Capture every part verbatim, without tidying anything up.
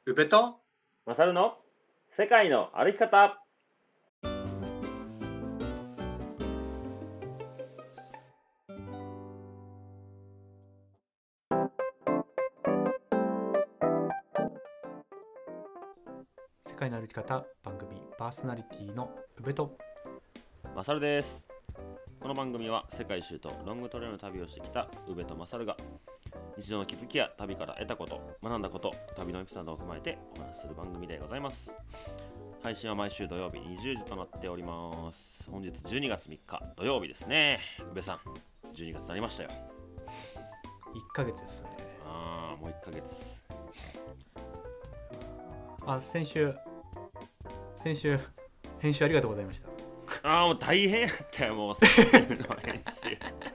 宇部とマサルの世界の歩き方。 世界の歩き方番組パーソナリティの宇部とマサルです。この番組は世界一周とロングトレイルの旅をしてきた宇部とマサルが日常の気づきや旅から得たこと、学んだこと、旅のエピソードを踏まえてお話しする番組でございます。配信は毎週土曜日にじゅうじとなっております。本日じゅうにがつみっか土曜日ですね。宇部さん、じゅうにがつになりましたよ。 いっかげつですね。 あーもういっかげつ。 あ、先週先週編集ありがとうございました。 あーもう大変やったよ、もう先週の編集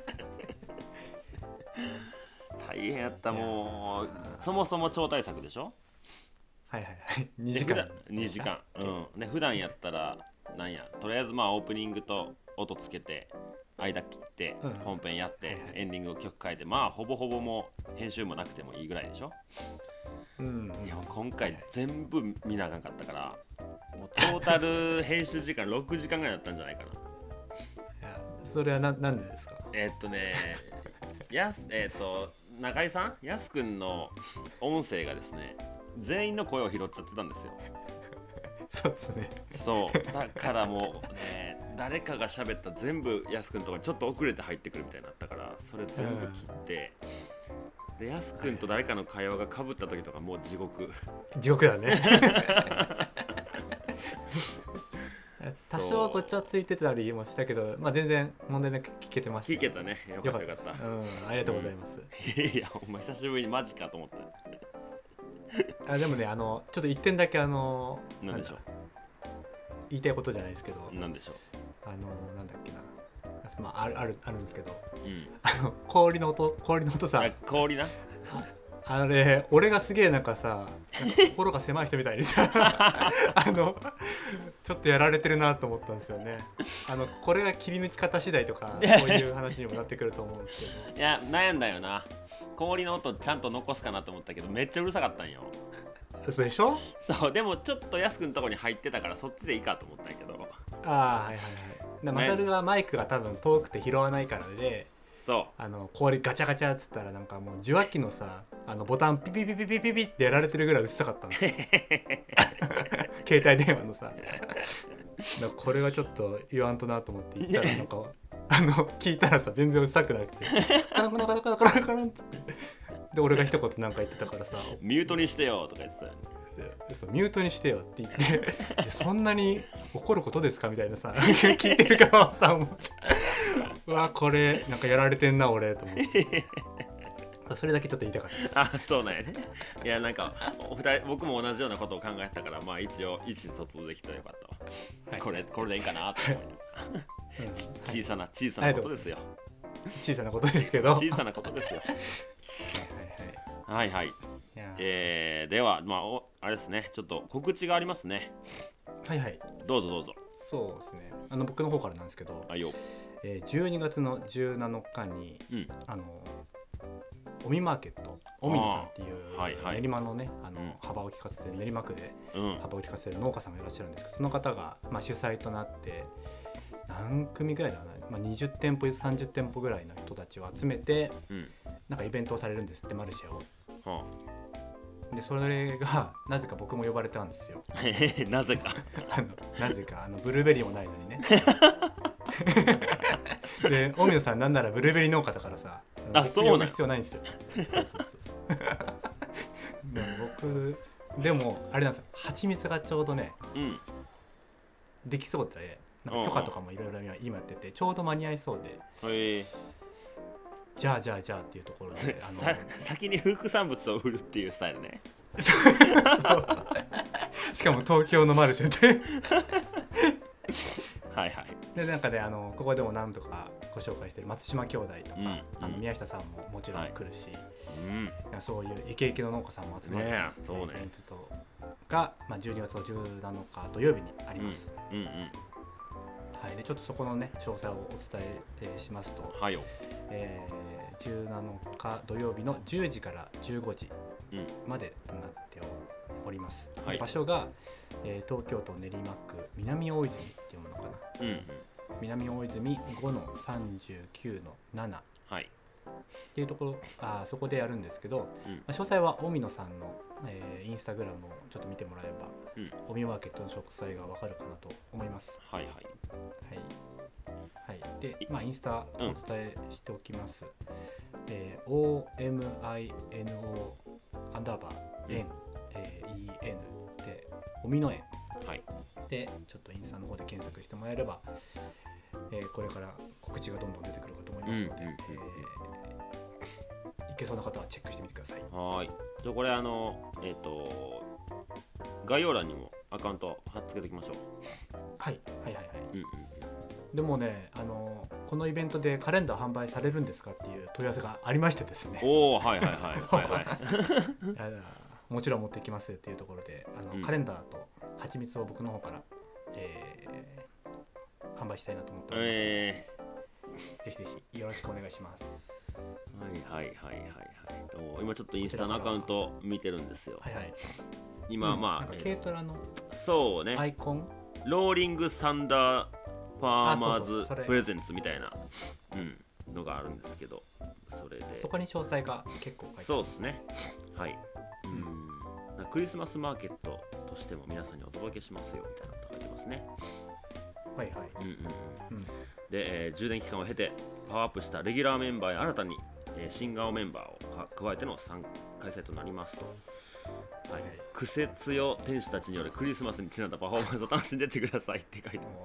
大変やった。もうそもそも超大作でしょ。 はいはいはいにじかんにじかん、うんね、普段やったらなんやとりあえずまあオープニングと音つけて間切って、うん、本編やって、はいはい、エンディング曲変えて、まあほぼほぼもう編集もなくてもいいぐらいでしょ。うん、いや今回全部見なあかんかったからもうトータル編集時間ろくじかんぐらいだったんじゃないかな。いやそれはななんでですか。 えー、っとねやすえー、っと中井さんやすくんの音声がですね全員の声を拾っちゃってたんですよ。 そうですね。 そうだからもうね誰かが喋った全部やすくんとかにちょっと遅れて入ってくるみたいになったからそれ全部切って、うん、でやすくんと誰かの会話が被った時とかもう地獄地獄だね多少ごちゃついてたりもしたけど、まあ、全然問題なく聞けてました。 聞けたね。よかったよかった。 うん、ありがとうございます、 うん、いやお前久しぶりにマジかと思ったあでもねあのちょっと一点だけあのなんでしょう言いたいことじゃないですけどなんでしょうあのなんだっけな、まあ、あるあるあるんですけど、 うん、 あの氷の音氷の音さ氷なあ, あれ俺がすげえなんかさなんか心が狭い人みたいにさあのちょっとやられてるなと思ったんですよね。あのこれが切り抜き方次第とかそういう話にもなってくると思うんですけどいや悩んだよな。氷の音ちゃんと残すかなと思ったけどめっちゃうるさかったんよ。 そうでしょ。 そうでもちょっとやすくんのとこに入ってたからそっちでいいかと思ったんやけどああはいはいはい。マサルはマイクが多分遠くて拾わないからでそうあの氷ガチャガチャっつったらなんかもう受話器のさあのボタンピピピピピピピってやられてるぐらいうるさかったんですよ携帯電話のさだこれはちょっと言わんとなと思って言ったらなんかあの聞いたらさ全然うるさくなくてカランカランカランカランカランカランっつってで俺が一言なんか言ってたからさミュートにしてよとか言ってたよね。 そうミュートにしてよって言ってそんなに怒ることですかみたいなさ聞いてる側はさもううわこれなんかやられてんな俺と思ってそれだけちょっと言いたかったです。 あそうなんやね。いやなんかお二人僕も同じようなことを考えてたからまあ一応意思疎通できたらよかったわ、はい、これこれでいいかなと思って、うん、小さな小さなことですよ。 小さなことですけど小さなことですよはいはい、はいはい、えー、ではまあおあれですねちょっと告知がありますね。 はいはいどうぞどうぞ。 そうですねあの僕の方からなんですけど、 あよ、 えー、じゅうにがつのじゅうなのかに、うん、あのオミマーケットオミヌさんっていう、はいはい、練馬のねあの、うん、幅を利かせて練馬区で幅を利かせてる農家さんがいらっしゃるんですけど、その方が、まあ、主催となって何組ぐらいだろうな、まあ、にじゅってんぽさんじゅってんぽぐらいの人たちを集めて、うん、なんかイベントをされるんですってマルシェを、はあ、でそれがなぜか僕も呼ばれたんですよなぜかあのなぜかあのブルーベリーもないのにねでオミヌさんなんならブルーベリー農家だからさあそうなん必要ないんですよそうそうそうでも僕でもあれなんですよ蜂蜜がちょうどね、うん、できそうでなんか許可とかもいろいろ今やっててちょうど間に合いそうで、へえじゃあじゃあじゃあっていうところであの先に副産物を売るっていうスタイルねそうしかも東京のマルシェではいはいでなんかねあのここでも何とかご紹介してる松島兄弟とか、うん、あの宮下さんももちろん来るし、はいうん、そういうイケイケの農家さんも集まる、ねそうね、イベントが、まあ、じゅうにがつのじゅうなのか土曜日にあります、うんうんうんはい、でちょっとそこのね詳細をお伝えしますと、はいよえー、じゅうなのか土曜日のじゅうじからじゅうごじまでとなっております。 ます、 はい、 場所が、えー、東京都練馬区南大泉っていうものかな、 うんうん、 南大泉 ごのさんじゅうきゅうのなな、 はい、 っていうところ、あそこでやるんですけど、 うん、 まあ、詳細は荻野さんの、えー、インスタグラムをちょっと見てもらえば、 うん、 オミマーケットの詳細がわかるかなと思います。 はいはいはい、はい、で、まあ、インスタお伝えしておきます、うん、えー、オーエムアイエヌオー アンダーバー N、えー、イーエヌ でオミノ園、 はい、でちょっとインスタの方で検索してもらえれば、えー、これから告知がどんどん出てくるかと思いますので、うんうんうん、えー、いけそうな方はチェックしてみてください。 はい。じゃあこれあのえっ、ー、と概要欄にもアカウント貼っつけておきましょう。 はい、はいはいはい。 うんうん、 でもね、あのこのイベントでカレンダー販売されるんですかっていう問い合わせがありましてですね。 おお、はいはいはいはいはい。 もちろん持ってきますっていうところで、あの、うん、カレンダーと蜂蜜を僕の方から、えー、販売したいなと思っておりますので、えー、ぜひぜひよろしくお願いします。 はいはいはいはいはい。お今ちょっとインスタのアカウント見てるんですよ。 はいはい。 今、うん、まあなんか軽トラのそうねアイコン、 ローリングサンダーファーマーズプレゼンツみたいな、うん、のがあるんですけど、それでそこに詳細が結構書いてある。 そうですね。はい。うん、クリスマスマーケットとしても皆さんにお届けしますよみたいなのが書いてますね。 はいはい。 うんうんうん、で、えー、充電期間を経てパワーアップしたレギュラーメンバーや新たに、えー、新顔メンバーを加えてのさんかい生となりますと。はい、クセ強天使たちによるクリスマスにちなんだパフォーマンスを楽しんでってくださいって書いてます。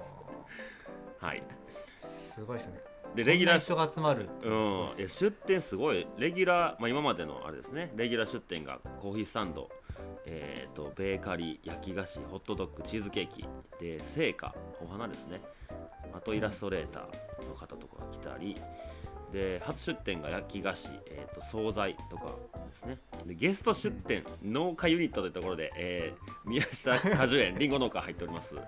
はい。 すごいですね。 でレギュラー人が集まる。 うん。いや出店すごいレギュラー、まあ、今までのあれですね。レギュラー出店がコーヒースタンド、えー、とベーカリー、焼き菓子、ホットドッグ、チーズケーキで生花、お花ですね。あとイラストレーターの方とかが来たり。で初出店が焼き菓子、えー、と惣菜とかですね。でゲスト出店、うん、農家ユニットというところで、えー、宮下果樹園りんご農家入っております。はい、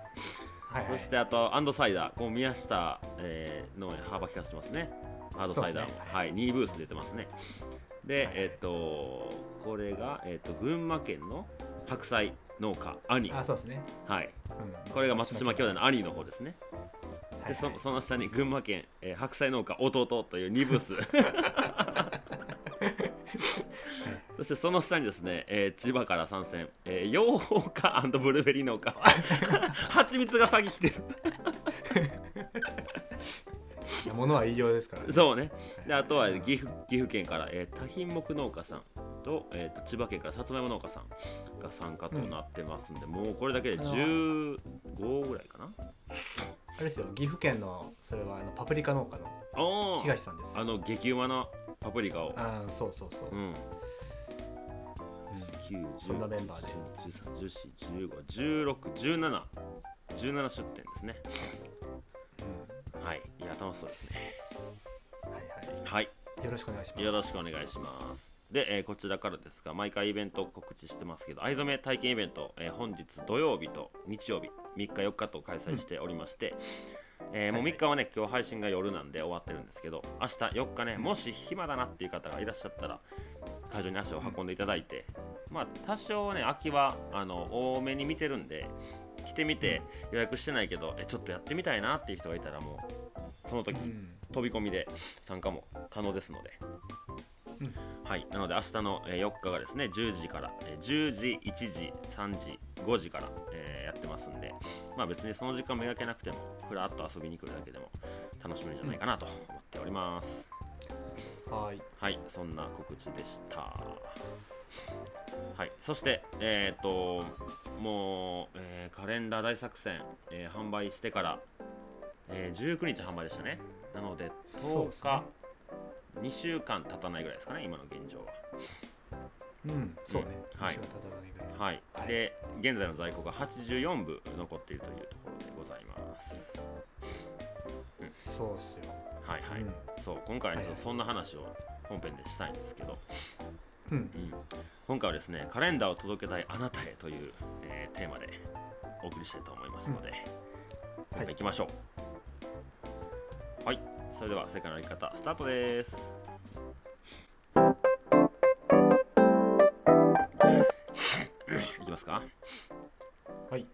はい、そしてあとアンドサイダー、こう宮下、えー、農園幅利かせてますね。ハードサイダーも、ね、はい、にブース出てますね。で、はい、えっ、ー、とこれが、えー、と群馬県の白菜農家兄、 あ、そうですね。 はい、うん、これが松島兄弟の兄の方ですね。で そ, その下に群馬県、えー、白菜農家弟というにブースそしてその下にですね、えー、千葉から参戦、えー、養蜂家&ブルーベリー農家蜂蜜が先来てる物は言いようですからね。 そうね。であとは岐阜、岐阜県から、えー、多品目農家さん と,、えー、と千葉県からさつまいも農家さんが参加となってますんで、うん、もうこれだけでじゅうごぐらいかな。 あれですよ、岐阜県のそれはあのパプリカ農家の東さんです。 あの激うまなパプリカを。 あ、そうそうそう、うん、 きゅう、 そんなメンバーでじゅうさん、じゅうよん、じゅうご、じゅうろく、じゅうなな、じゅうなな出店ですね。うん、はい、いや楽しそうですね。 はいはい、 はい、 よろしくお願いします。 よろしくお願いします。で、えー、こちらからですが、毎回イベント告知してますけど、藍染め体験イベント、えー、本日土曜日と日曜日みっかよっかと開催しておりまして、うん、えー、もうみっかはね、今日配信が夜なんで終わってるんですけど、明日よっかね、もし暇だなっていう方がいらっしゃったら会場に足を運んでいただいて、うん、まあ多少ね、空きはあの多めに見てるんで、来てみて予約してないけど、えちょっとやってみたいなっていう人がいたら、もうその時、うん、飛び込みで参加も可能ですので、うん、はい、なので明日のよっかがですね、じゅうじからじゅうじ、いちじ、さんじ、ごじから、えー、やってますんで、まあ別にその時間めがけなくてもふらっと遊びに来るだけでも楽しめるんじゃないかなと思っております。 はい、 はい、そんな告知でした。はい、そしてえっ、ー、ともう、えー、カレンダー大作戦、えー、販売してから、えー、じゅうくにち販売でしたね。なのでとおか、にしゅうかん経たないぐらいですかね、今の現状は。 うん、そうね、 うん、はい、はい、はい、で現在の在庫がはちじゅうよんぶ残っているというところでございます。 うん、そうっすよ。 はいはい、うん、そう今回は、ね、はいはい、そんな話を本編でしたいんですけど、うんうん、今回はですね、カレンダーを届けたいあなたへという、えー、テーマでお送りしたいと思いますので、うん、本編いきましょう。はい、はい、それでは世界の歩き方スタートです。よますか。 はい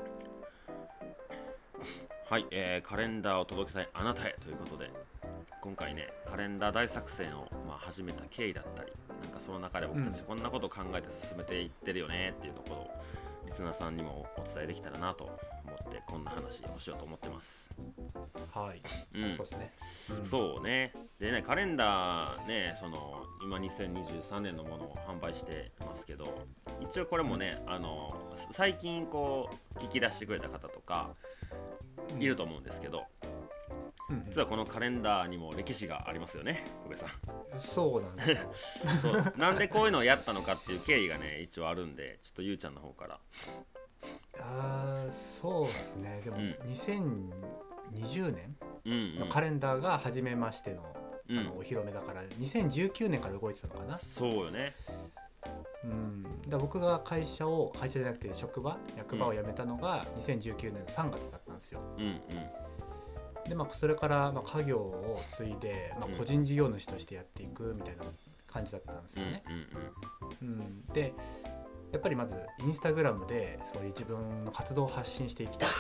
はい、えー、カレンダーを届けたいあなたへということで、今回ねカレンダー大作戦を、まあ、始めた経緯だったり、なんかその中で僕たちこんなことを考えて進めていってるよねっていうところをリスナーさんにもお伝えできたらなと思ってこんな話をしようと思ってます。 はい、 うん、 そうですね、 うん、そうね。でね、カレンダーね、その今にせんにじゅうさんねんのものを販売してますけど、一応これもね、うん、あの最近こう聞き出してくれた方とかいると思うんですけど、うん、実はこのカレンダーにも歴史がありますよね、宇部さん。 そうなんですよそうなんでこういうのをやったのかっていう経緯がね一応あるんで、ちょっとゆうちゃんの方から。 あーそうですね。でもにせんにじゅうねんのカレンダーが初めましての、うん、あのお披露目だからにせんじゅうきゅうねんから動いてたのかな。 そうよね。 うん、だ僕が会社を会社じゃなくて職場役場を辞めたのがにせんじゅうきゅうねんのさんがつだったんですよ。うんうん、でまあそれからまあ家業を継いで、まあ、個人事業主としてやっていくみたいな感じだったんですよね。うんうんうんうん、でやっぱりまずインスタグラムでそういう自分の活動を発信していきたいって、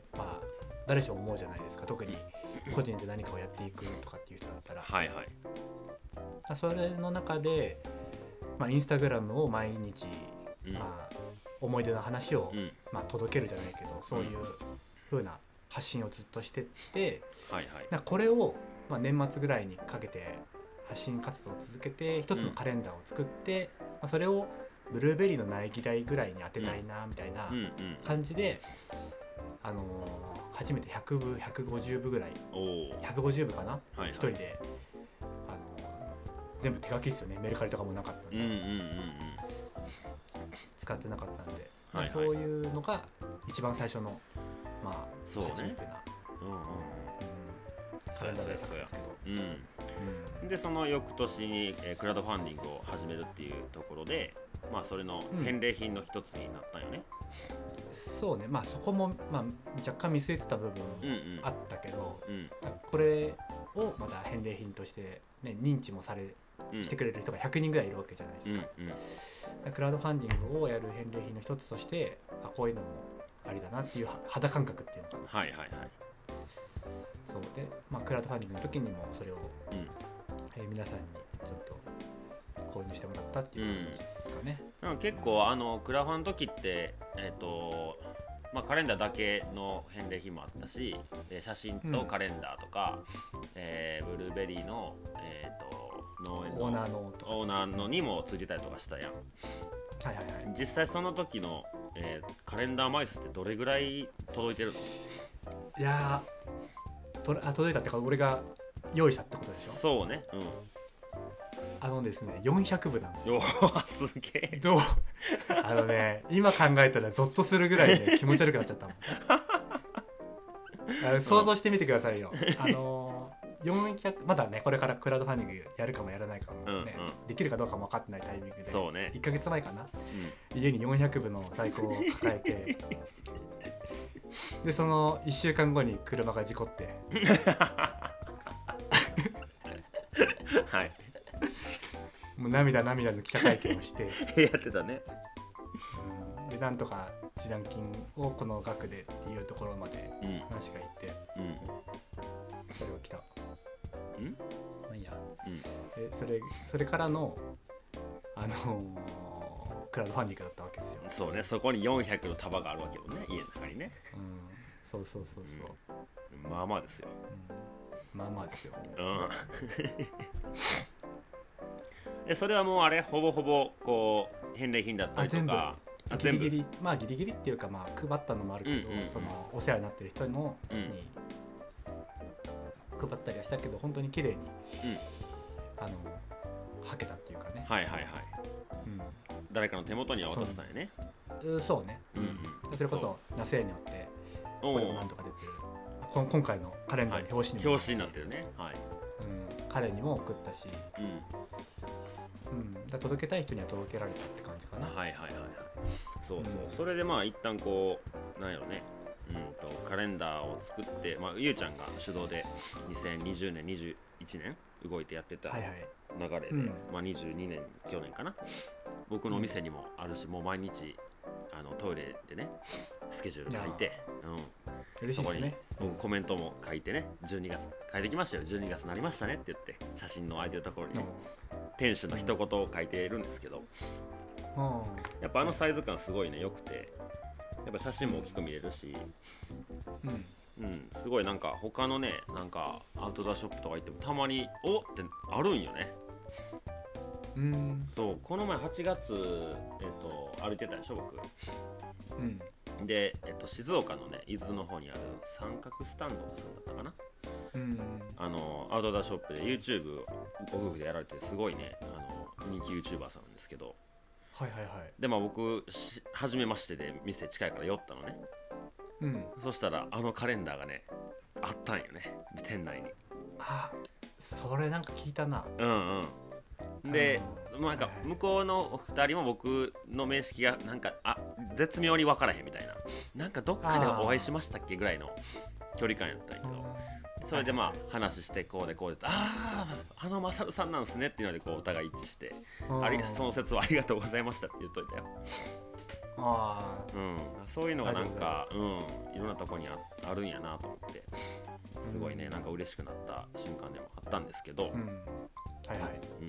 まあ、誰しも思うじゃないですか。特に個人で何かをやっていくとかっていう人だったら。 はいはい。 それの中で、まあ、インスタグラムを毎日、うんまあ、思い出の話を、うんまあ、届けるじゃないけど、そういう風な発信をずっとしてって、はいはい、なんかこれを、まあ、年末ぐらいにかけて発信活動を続けて一つのカレンダーを作って、うんまあ、それをブルーベリーの苗木代ぐらいに当てたいなみたいな感じで、あのー、初めてひゃくぶひゃくごじゅうぶぐらいひゃくごじゅうぶかな、はいはい、一人で、あのー、全部手書きですよね。メルカリとかもなかったんで、うんうんうんうん、使ってなかったんで、はいはい、そういうのが一番最初のまあそうね、 初めてな、うんうんうん、カレンダー大作戦ですけど、 うんうん、でその翌年に、えー、クラウドファンディングを始めるっていうところで、まあそれの返礼品の一つになったんよね。 うん、そうね。まあそこも、まあ、若干見据えてた部分もあったけど、うんうん、これをまだ返礼品として、ね、認知もされしてくれる人がひゃくにんぐらいいるわけじゃないですか。うんうん、クラウドファンディングをやる返礼品の一つとして、あこういうのもありだなっていう肌感覚っていうのかな。はいはいはい。そうで、まあ、クラウドファンディングの時にもそれを、うんえー、皆さんにちょっと購入してもらったっていう感じですかね。 うん、結構あのクラファンの時って、えーとまあ、カレンダーだけの返礼品もあったし、写真とカレンダーとか、うんえー、ブルーベリーの、えー、と農園のオーナーのとかオーナーのにもついてたりとかしたやん。はいはいはい、実際その時の、えー、カレンダー枚数ってどれぐらい届いてるの？ いやとあ届いたってか俺が用意したってことでしょ。 そうね、うん、 あのですねよんひゃくぶなんですよ。 すげえ。 どうあのね今考えたらゾッとするぐらい、ね、気持ち悪くなっちゃったもんあの想像してみてくださいよ。あのよんひゃくまだねこれからクラウドファンディングやるかもやらないかもね、うんうん、できるかどうかも分かってないタイミングでそう、ね、 いっかげつまえかな、うん、家によんひゃくぶの在庫を抱えてでそのいっしゅうかんごに車が事故ってはいもう涙涙の記者会見をしてやってたね、 うん、でなんとか示談金をこの額でっていうところまで話がいって、うんうん、それは来たんまあいいや、うん、でそれそれからのあのー、クラウドファンディングだったわけですよ。 そうね、そこによんひゃくの束があるわけよね、家の中にね、 うん、そうそうそうそう、 うん、まあまあですよ、 うん、まあまあですよ、 うんでそれはもうあれほぼほぼこう返礼品だったりとかあ全部ギリギリまあギリギリっていうかまあ配ったのもあるけど、うんうんうん、そのお世話になってる人の、うん、に配ったりはしたけど本当に綺麗に、うん、あのはけたっていうかね。 はいはいはい、うん、誰かの手元には渡したんやね。 そう、そうね、うんうん、それこそナセーによってこれもなんとか出てる今回のカレンダーの表紙にも、はい、表紙になってるね、はい、 うん、彼にも送ったし、うんうん、だ届けたい人には届けられたって感じかな。 はいはいはいはい、そうそう、うん、それでまあ一旦こうなんやろね、うんとカレンダーを作って、まあ、ゆうちゃんが主導でにせんにじゅうねんにじゅういちねん動いてやってた流れで、はいはい、まあ、にじゅうにねん去年かな僕のお店にもあるし、うん、もう毎日ああのトイレでねスケジュール書いて、 うん、嬉しいですね。 そこにコメントも書いてね、じゅうにがつ書いてきましたよ、じゅうにがつになりましたねって言って写真の空いてるところにね、うん、店主の一言を書いているんですけど、うん、やっぱあのサイズ感すごいね良くて、やっぱ写真も大きく見れるし、うんうん、すごいなんか他のねなんかアウトドアショップとか行ってもたまにおってあるんよね。うん、そうこの前はちがつ、えっと、歩いてたでしょ僕、うん、で、えっと、静岡のね伊豆の方にある三角スタンドさんだったかな、うん、あのアウトドアショップで YouTube ご夫婦でやられてすごいねあの人気 YouTuber さんなんですけど、 はいはいはい、 でまあ僕初めましてで店近いから寄ったのね、うん、そしたらあのカレンダーがねあったんよね店内に。 あ、それなんか聞いたな。 うんうんで、なんか向こうのお二人も僕の面識がなんかあ絶妙に分からへんみたいな、なんかどっかでお会いしましたっけぐらいの距離感やったんやけど、それでまあ話してこうでこうで、あああのマサルさんなんすねっていうのでこうお互い一致して、ありその説はありがとうございましたって言っといたよ。あ、うん、そういうのがなんか、うん、いろんなとこに あ, あるんやなと思ってすごいね、なんか嬉しくなった瞬間でもあったんですけど、うん、はいはい、うん、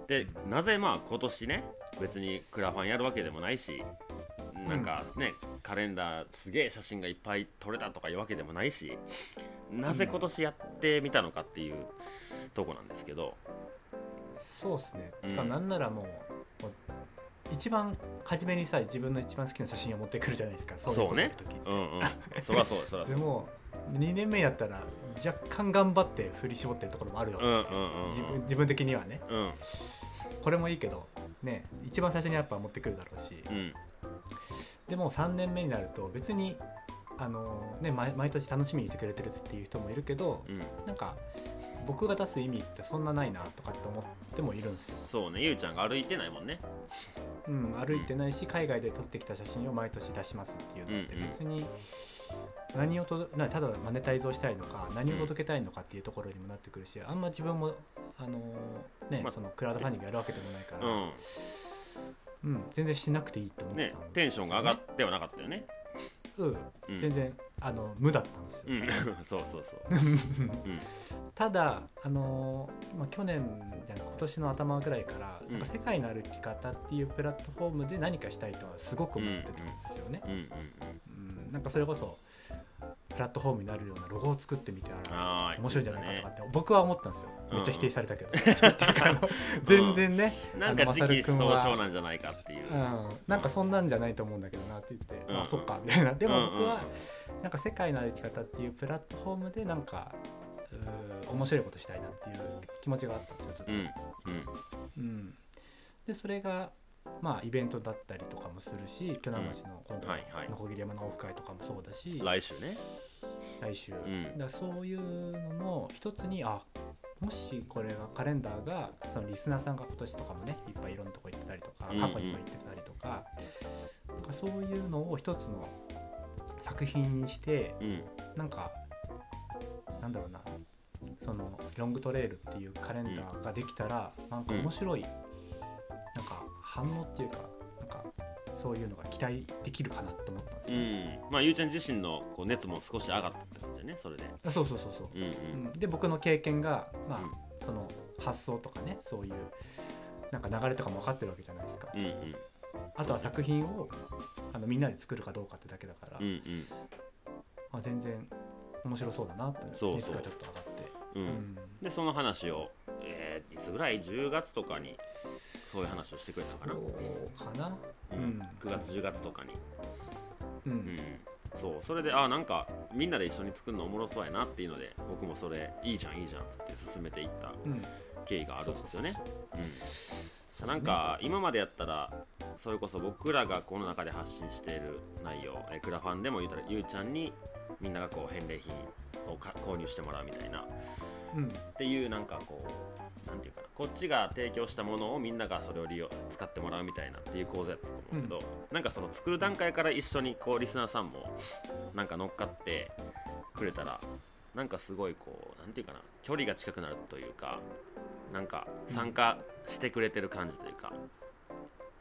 でなぜまあ今年ね別にクラファンやるわけでもないし、なんかね、うん、カレンダーすげえ写真がいっぱい撮れたとかいうわけでもないし、なぜ今年やってみたのかっていうとこなんですけど、 そうですね、うん、なんならもう一番初めにさ自分の一番好きな写真を持ってくるじゃないですか。 そうね、うんうん、そりゃそうそりゃそう。 でもにねんめやったら若干頑張って振り絞ってるところもあるわけですよ、うんうんうんうん、自分、自分的にはね、うん、これもいいけどね、一番最初にやっぱ持ってくるだろうし、うん、でもさんねんめになると別にあの、ね、毎, 毎年楽しみにしてくれてるっていう人もいるけど、うん、なんか僕が出す意味ってそんなないなとかって思ってもいるんですよ。 そうね、ゆうちゃんが歩いてないもんね。 うん、歩いてないし、海外で撮ってきた写真を毎年出しますっていうのって別に何をとただマネタイズをしたいのか何を届けたいのかっていうところにもなってくるし、あんま自分もあのね、ま、そのクラウドファンディングやるわけでもないから、うんうん、全然しなくていいと思ってたんですよね。 ね、テンションが上がってはなかったよね。 うん、うん、全然あの無だったんですよ、 うん、そうそうそう、うん、 ただあのーまあ、去年じゃ今年の頭ぐらいから、うん、なんか世界の歩き方っていうプラットフォームで何かしたいとはすごく思ってたんですよね、うんうんうんうん、なんかそれこそプラットフォームになるようなロゴを作ってみたら面白いんじゃないかとかって僕は思ったんですよ。めっちゃ否定されたけど、うんうん、全然ね、 うん、なんか時期尚早なんじゃないかっていう、 うん、なんかそんなんじゃないと思うんだけどなって言って、うん、あそっかみたいな。でも僕はなんか世界の歩き方っていうプラットフォームでなんか面白いことしたいなっていう気持ちがあったんですよずっと、うんうんうん、でそれがまあイベントだったりとかもするし、鋸南町の今度ののこぎり山のオフ会とかもそうだし、 来週ね来週、うん、だそういうのの一つに、あもしこれがカレンダーがそのリスナーさんが今年とかもねいっぱいいろんなとこ行ってたりとか、過去にも行ってたりとか、うんうん、なんかそういうのを一つの作品にして、うん、なんかなんだろうな、そのロングトレイルっていうカレンダーができたら、うん、なんか面白い、うん、なんか反応っていうか、なんかそういうのが期待できるかなって思ったんですよ、うん、 まあゆうちゃん自身のこう熱も少し上がったって感じでね、それで。 そうそうそうそう、うんうん、で僕の経験が、まあうん、その発想とかね、そういうなんか流れとかも分かってるわけじゃないですか、うんうん、あとは作品をあのみんなで作るかどうかってだけだから、うんうん、まあ、全然面白そうだなって熱がちょっと上がって、 うんうん、でその話を、えー、いつぐらいじゅうがつとかにそういう話をしてくれたかな。 そうかな、 うん、くがつじゅうがつとかに、うんうん、そうそれであなんかみんなで一緒に作るのおもろそうやなっていうので、僕もそれいいじゃんいいじゃんっつって進めていった経緯があるんですよね。なんか今までやったらそれこそ僕らがこの中で発信している内容、えクラファンでも言うたらゆうちゃんにみんながこう返礼品を購入してもらうみたいな、うん、っていうなんかこうなんていうかな、こっちが提供したものをみんながそれを利用使ってもらうみたいなっていう構図やったと思うけど、うん、なんかその作る段階から一緒にこうリスナーさんもなんか乗っかってくれたら、なんかすごいこうなんていうかな、距離が近くなるというか、なんか参加してくれてる感じというか、うん、はいはい、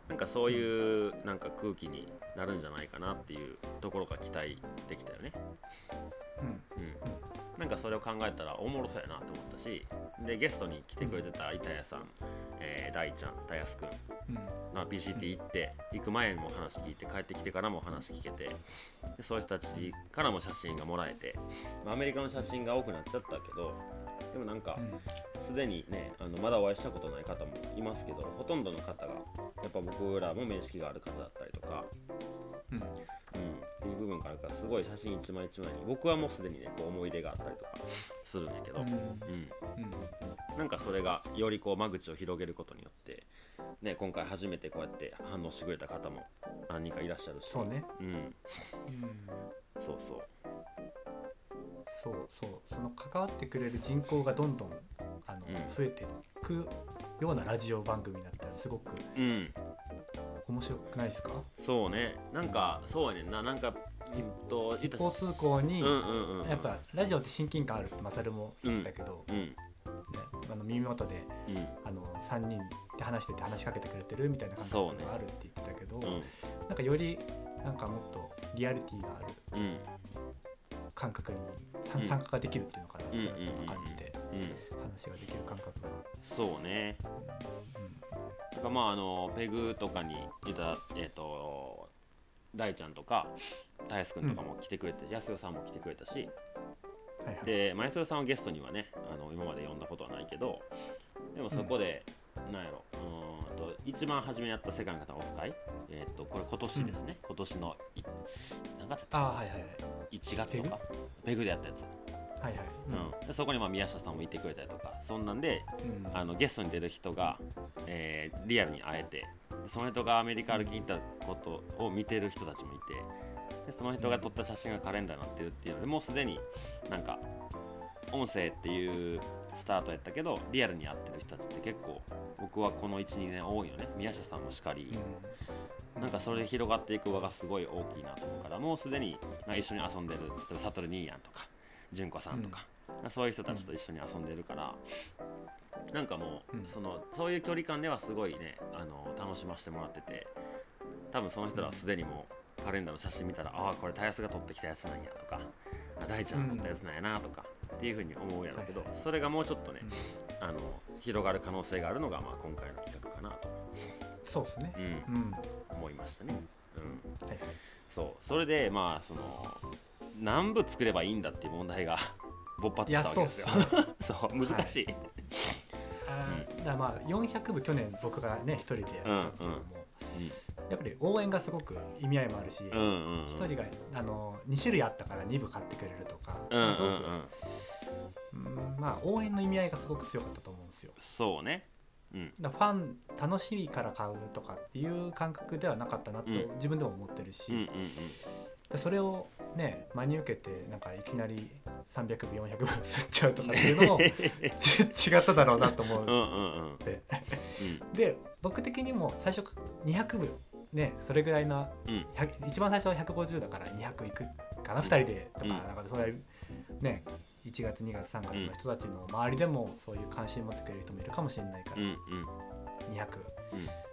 なんかそういうなんか空気になるんじゃないかなっていうところが期待できたよね。うん、うん、なんかそれを考えたらおもろそうやなと思ったし、でゲストに来てくれてた板谷さん、えー、大ちゃん、たやすくん、うんまあ、ピーシーティー 行って行く前も話聞いて帰ってきてからも話聞けて、でそういう人たちからも写真がもらえて、まあ、アメリカの写真が多くなっちゃったけど、でもなんかすでにねあのまだお会いしたことない方もいますけど、ほとんどの方がやっぱ僕らも面識がある方だったりとか、うんうん、っていう部分からかすごい写真一枚一枚に僕はもうすでにねこう思い出があったりとかするんやけど、うんうん、なんかそれがよりこう間口を広げることによって、ね、今回初めてこうやって反応してくれた方も何人かいらっしゃるし、 そうね、 うんうん、そうそうそうそうその関わってくれる人口がどんどんあの、うん、増えていくようなラジオ番組になったらすごく、うん、面白くないですか？ そうね、なんかそうやねんな、なんか一方通行に、うんうんうん、やっぱラジオって親近感あるってマサルも言ってたけど、うんうんね、あの耳元で、うん、あのさんにんで話してて話しかけてくれてるみたいな感覚があるって言ってたけど、ねうん、なんかよりなんかもっとリアリティがある、うん感覚に参加ができるっていうのかな、うん、感じで話ができる感覚が、 そうね、うん、とかまああのペグとかにいたえっ、ー、と大ちゃんとかたやすくんとかも来てくれて、うん、やすよさんも来てくれたし、はいはい、でまやすよさんをゲストにはねあの今まで呼んだことはないけど、でもそこで、うん、なんやろうーんと一番初めにやった世界の方オフ会、えっ、ー、とこれ今年ですね、うん、今年の何月だった、 あ、はいはいはい、 いちがつとかペグでやったやつ、 はいはい、 うん、でそこにまあ宮下さんもいてくれたりとか、そんなんで、うん、あのゲストに出る人が、えー、リアルに会えて、その人がアメリカ歩きに行ったことを見てる人たちもいて、でその人が撮った写真がカレンダーになってるっていうので、もうすでになんか音声っていうスタートやったけどリアルに会ってる人たちって結構僕はこの いちにねん多いよね。宮下さんもしかり、うん、なんかそれで広がっていく輪がすごい大きいなと思うから、もうすでに一緒に遊んでるサトル兄やんとか純子さんとか、うん、そういう人たちと一緒に遊んでるから、うん、なんかもう、うん、そのそういう距離感ではすごいねあの楽しませてもらってて、多分その人らはすでにもうカレンダーの写真見たら、ああこれたやすが撮ってきたやつなんやとか、大ちゃんが撮ったやつなんやなとか、うん、っていう風に思うやろうけど、はいはい、それがもうちょっとね、うん、あの広がる可能性があるのが、まあ、今回の企画かなと、 そうですね、 うんうん、思いましたね、うんはいはい、そうそれでまあその何部作ればいいんだっていう問題が勃発したわけですよ。そう難しい、はい、 あ、うん、だまあよんひゃくぶ去年僕がね一人でやったけども、うんうん、やっぱり応援がすごく意味合いもあるし、一、うんうんうん、人があのに種類あったからにぶ買ってくれるとか、うんうんうん、すごく、うん、まあ応援の意味合いがすごく強かったと思うんですよ。 そうね、うん、 だファン楽しみから買うとかっていう感覚ではなかったなと自分でも思ってるし、うんうんうんうん、でそれをね真に受けてなんかいきなりさんびゃくぶよんひゃくぶ吸っちゃうとかっていうのも違っただろうなと思うで、で僕的にも最初にひゃくぶねそれぐらいの、うん、一番最初はひゃくごじゅうだからにひゃくいくかなふたりでとか、うん、なんかそういうねいちがつにがつさんがつの人たちの周りでもそういう関心持ってくれる人もいるかもしれないから、うんうん、にひゃく、うん、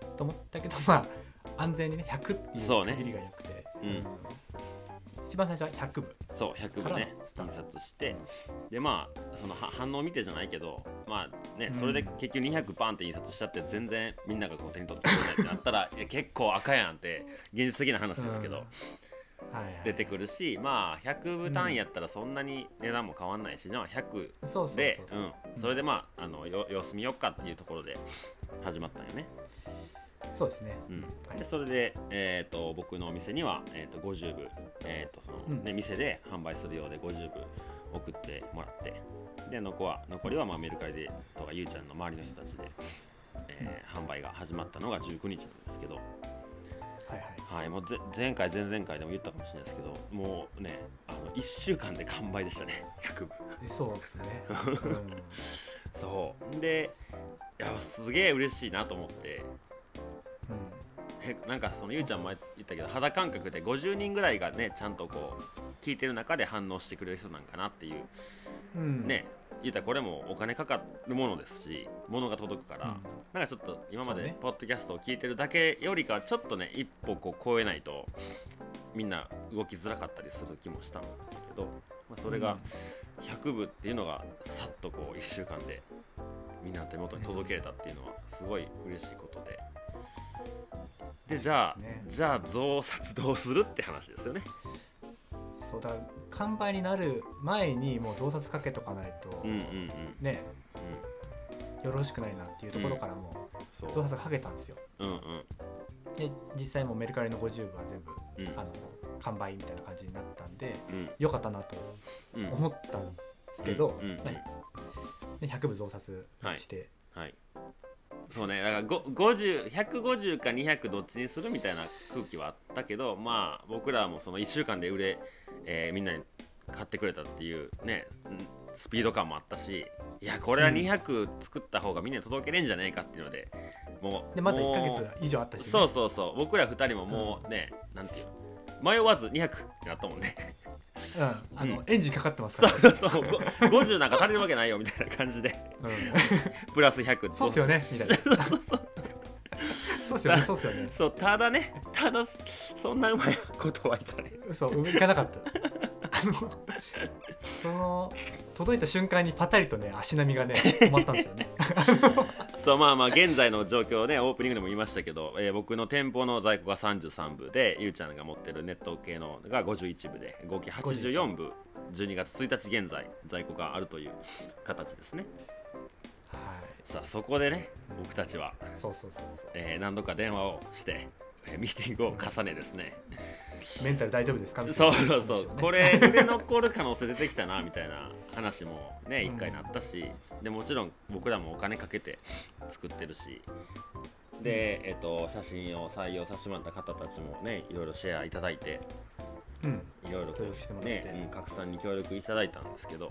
と思ったけど、まあ安全にねひゃくっていう区切りがよくて、うん、一番最初はひゃくぶそうひゃくぶね印刷して、うん、でまあその反応見てじゃないけどまあねそれで結局にひゃくバンって印刷しちゃって全然みんながこう手に取ってくれないってなったらいや結構赤やんって現実的な話ですけど、うんはいはいはい、出てくるし、まあひゃくぶ単位やったらそんなに値段も変わんないし、うん、ひゃくでそれでまあ、あのよ様子見よっかっていうところで始まったんよね。 そうですね、 うんはい、でそれで、えー、と僕のお店には、えー、とごじゅうぶ、えーとそのねうん、店で販売するようでごじゅうぶ送ってもらって、で残は残りはまあメルカリでとかゆうちゃんの周りの人たちで、えー、販売が始まったのがじゅうくにちなんですけど、はいはいはい、もうぜ前回前々回でも言ったかもしれないですけど、もうねあのいっしゅうかんで完売でしたねひゃくぶ。 そうですね、うん、 そうでいやすげえ嬉しいなと思って、うん、えなんかそのゆうちゃんも言ったけど肌感覚でごじゅうにんぐらいがねちゃんとこう聞いてる中で反応してくれる人なんかなっていう、うん、ね言ったらこれもお金かかるものですし物が届くから、うん、なんかちょっと今までポッドキャストを聞いてるだけよりかはちょっとね一歩こう超えないとみんな動きづらかったりする気もしたんだけど、まあ、それがひゃくぶっていうのがさっとこういっしゅうかんでみんなの手元に届けれたっていうのはすごい嬉しいことで、でじゃあ、ね、じゃあ増刷どうするって話ですよね。 そうだ、完売になる前にもう増刷かけとかないと、うんうんうん、ね、うん、よろしくないなっていうところからもう増刷かけたんですよ、うんうん、で実際もメルカリのごじゅうぶは全部、うん、あの完売みたいな感じになったんで、うん、よかったなと思ったんですけど、うんうんうん、はい、でひゃくぶ増刷して、はいはい、 そうね、だからごじゅう、ひゃくごじゅうかにひゃくどっちにするみたいな空気はあったけど、まあ僕らもそのいっしゅうかんで売れ、えー、みんなに買ってくれたっていうねスピード感もあったし、いやこれはにひゃく作った方がみんなに届けれんじゃねえかっていうので、もうでまたいっかげつ以上あったし、ね、 そうそうそう、僕らふたりももうね、うん、なんていう迷わずにひゃくってなったもんね。 うん、あの、うん、エンジンかかってますから、 そうそうそう、ごじゅうなんか足りるわけないよみたいな感じで、うん、プラスひゃくそうっすよねみたいなそうっすよね、そうっすよね。 そう、ただね、ただそんなうまいことはいかない。 そういかなかった。あのその届いた瞬間にパタリとね足並みがね止まったんですよね。 そうまあまあ現在の状況ねオープニングでも言いましたけど、えー、僕の店舗の在庫がさんじゅうさんぶでゆうちゃんが持ってるネット系のがごじゅういちぶで合計はちじゅうよんぶじゅうにがつついたち現在在庫があるという形ですね。はい、さあそこでね僕たちはそうそうそうそう、 えー、何度か電話をして、えー、ミーティングを重ねですね、 メンタル大丈夫ですかみたいな、そうそうそう、これ売れ残る可能性出てきたなみたいな話もね一回なったし、うん、でもちろん僕らもお金かけて作ってるし、で、えっと、写真を採用させてもらった方たちもねいろいろシェアいただいて、うん、いろいろこうね、うん、拡散に協力いただいたんですけど、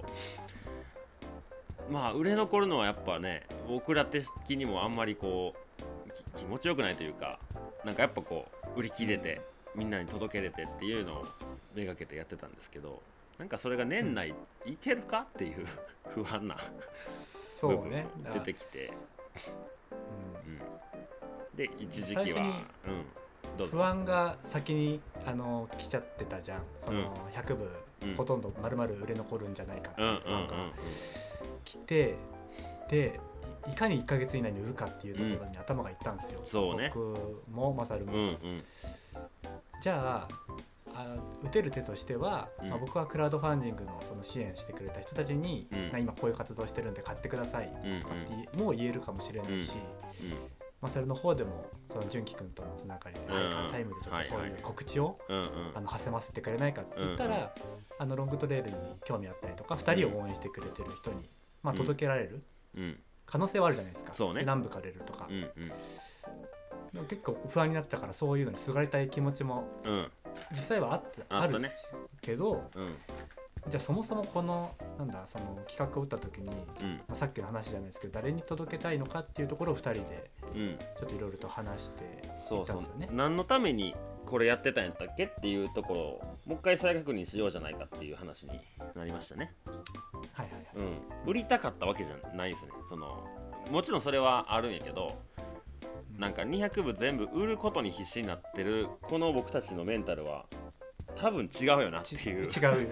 まあ売れ残るのはやっぱね僕ら的にもあんまりこう気持ちよくないというか、なんかやっぱこう売り切れてみんなに届けれてっていうのをめがけてやってたんですけど、なんかそれが年内いけるかっていう不安な部分が出てきて、うんうん、で一時期は、うん、 どうぞ。不安が先にあの来ちゃってたじゃん、そのひゃくぶ、うん、ほとんど丸々売れ残るんじゃないかっていう不安が来て、でいかにいっかげつ以内に売るかっていうところに頭がいったんですよ、うん、 そうね、 僕もマサルも、うんうん、じゃああ打てる手としては、うん、まあ、僕はクラウドファンディングのその支援してくれた人たちに、うん、今こういう活動してるんで買ってくださいとかってもう言えるかもしれないし、うんうん、まあ、それの方でもその純喜君とのつながりで、うん、タイムでちょっとそういう告知を、はいはい、あの挟ませてくれないかって言ったら、うんうん、あのロングトレイルに興味あったりとかふたりを応援してくれてる人に、まあ、届けられる可能性はあるじゃないですか、 そうね、 何部か出るとか、うんうん、結構不安になってたからそういうのにすがりたい気持ちも実際はあって、うん、あるけど、うん、じゃあそもそもこのなんだその企画を打った時に、うん、まあ、さっきの話じゃないですけど誰に届けたいのかっていうところをふたりでちょっといろいろと話していったんですよね、 そうそう、何のためにこれやってたんやったっけっていうところをもう一回再確認しようじゃないかっていう話になりましたね。 はいはいはい、 うん、売りたかったわけじゃないですね。そのもちろんそれはあるんやけど、なんかにひゃくぶ全部売ることに必死になってるこの僕たちのメンタルは多分違うよなっていう。 違う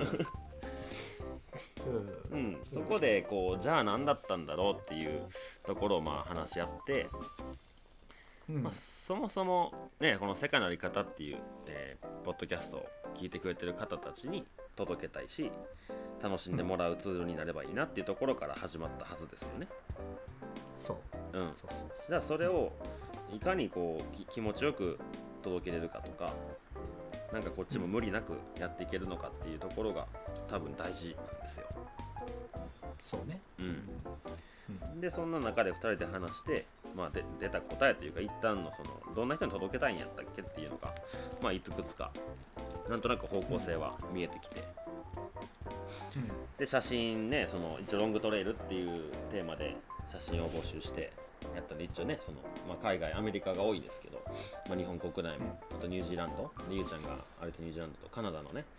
うん、そこでこうじゃあ何だったんだろうっていうところをまあ話し合って、うん、まあ、そもそもねこの世界のあり方っていう、えー、ポッドキャストを聞いてくれてる方たちに届けたいし楽しんでもらうツールになればいいなっていうところから始まったはずですよね。 そう、 うん、そうそうそう。じゃあそれをいかにこう気持ちよく届けれるかとか、なんかこっちも無理なくやっていけるのかっていうところが多分大事なんですよ。 そうね、 うん、でそんな中でふたりで話して、まあ、で出た答えというか一旦のそのどんな人に届けたいんやったっけっていうのが、まあ、いくつかなんとなく方向性は見えてきて、うん、で写真ね、その一応ロングトレイルっていうテーマで写真を募集してやったんで、一応ねその、まあ、海外アメリカが多いですけど、まあ、日本国内もあとニュージーランドでゆうちゃんがあれとニュージーランドとカナダのね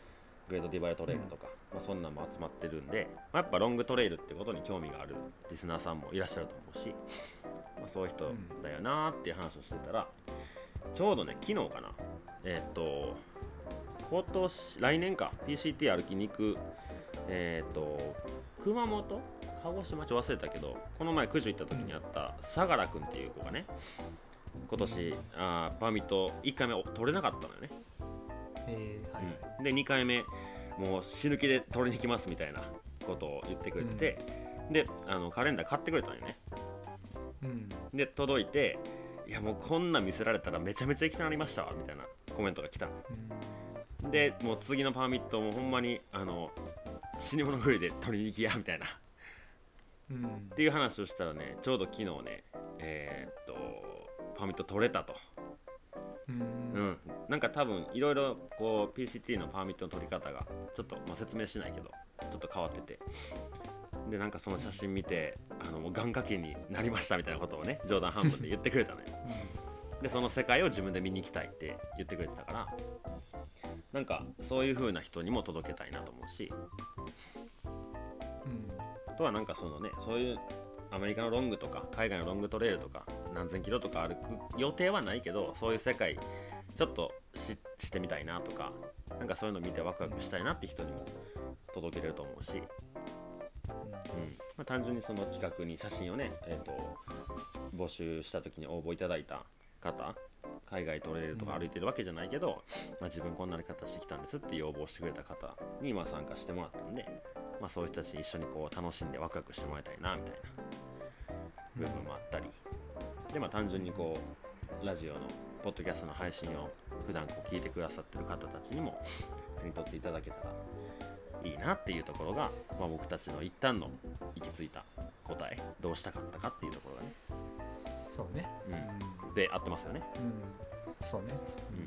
グレートディバイドトレイルとか、うんまあ、そんなんも集まってるんで、まあ、やっぱロングトレイルってことに興味があるリスナーさんもいらっしゃると思うし、まあ、そういう人だよなーっていう話をしてたら、ちょうどね昨日かなえっ、ー、と今年来年か ピーシーティー 歩きに行くえっ、ー、と熊本鹿児島ちょっと忘れたけど、この前九十行った時にあった相良君っていう子がね今年あパーミットいっかいめ取れなかったのよね。 えーはいうん、でにかいめもう死ぬ気で取りに行きますみたいなことを言ってくれてて、うん、であのカレンダー買ってくれたんよね、うん、で届いて、いやもうこんなん見せられたらめちゃめちゃ行きたくなりましたわみたいなコメントが来たの、うん、でもう次のパーミットもほんまにあの死に物狂いで取りに行きやみたいな、うん、っていう話をしたらね、ちょうど昨日ねえー、っとパーミット取れたと。うん、うん、なんか多分いろいろこう ピーシーティー のパーミットの取り方がちょっと、まあ、説明しないけどちょっと変わってて、でなんかその写真見てあのもう願掛けになりましたみたいなことをね冗談半分で言ってくれたのよでその世界を自分で見に行きたいって言ってくれてたから、なんかそういう風な人にも届けたいなと思うし、うん、あとはなんかそのねそういうアメリカのロングとか海外のロングトレイルとか何千キロとか歩く予定はないけど、そういう世界ちょっと し, してみたいなとか、なんかそういうの見てワクワクしたいなって人にも届けれると思うし、うんまあ、単純にその企画に写真をね、えー、と募集した時に応募いただいた方、海外トレイルとか歩いてるわけじゃないけど、まあ、自分こんな歩き方してきたんですっていう応募をしてくれた方にまあ参加してもらったんで、まあ、そういう人たちに一緒にこう楽しんでワクワクしてもらいたいなみたいな部分もあったりで、まあ、単純にこうラジオのポッドキャストの配信を普段こう聞いてくださってる方たちにも手に取っていただけたらいいなっていうところが、まあ、僕たちの一旦の行き着いた答え、どうしたかったかっていうところがね、 そうね、 うん、で合ってますよね、 うん、そうね、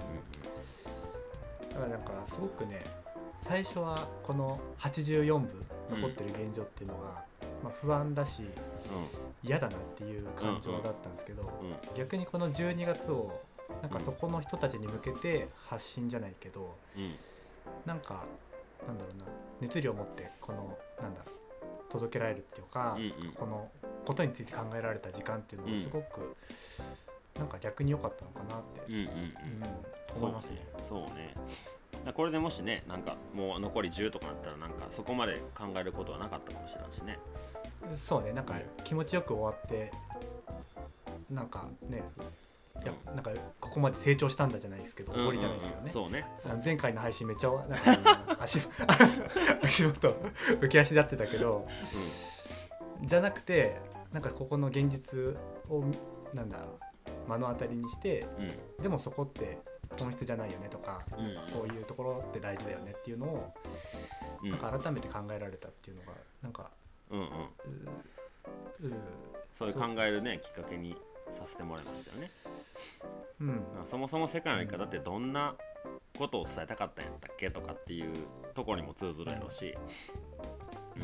うんうんうん、だからなんかすごくね最初はこのはちじゅうよんぶ残ってる現状っていうのが、うんまあ、不安だし、うん嫌だなっていう感情だったんですけど、うんうん、逆にこのじゅうにがつをなんかそこの人たちに向けて発信じゃないけど、うん、なんかなんだろうな熱量を持ってこのなんだ届けられるっていうか、うんうん、このことについて考えられた時間っていうのがすごく、うん、なんか逆に良かったのかなって、うんうんうんうん、思いますね。 そうね。これでもしねなんかもう残りじゅうとかなったらなんかそこまで考えることはなかったかもしれないしね。 そうね、なんか気持ちよく終わってなんかねいやなんかここまで成長したんだじゃないですけど、終わりじゃないですけどね、 そうね、 前回の配信めっちゃなんか足足元浮き足立ってたけど、うん、じゃなくてなんかここの現実をなんだ目の当たりにして、うん、でもそこって本質じゃないよねとか、うん、こういうところって大事だよねっていうのを、うん、なんか改めて考えられたっていうのがなんかうんうんううそういう考えるねきっかけにさせてもらいましたよね、うん、そもそも世界の生き方ってどんなことを伝えたかったんやったっけとかっていうところにも通ずるやろうし、うん、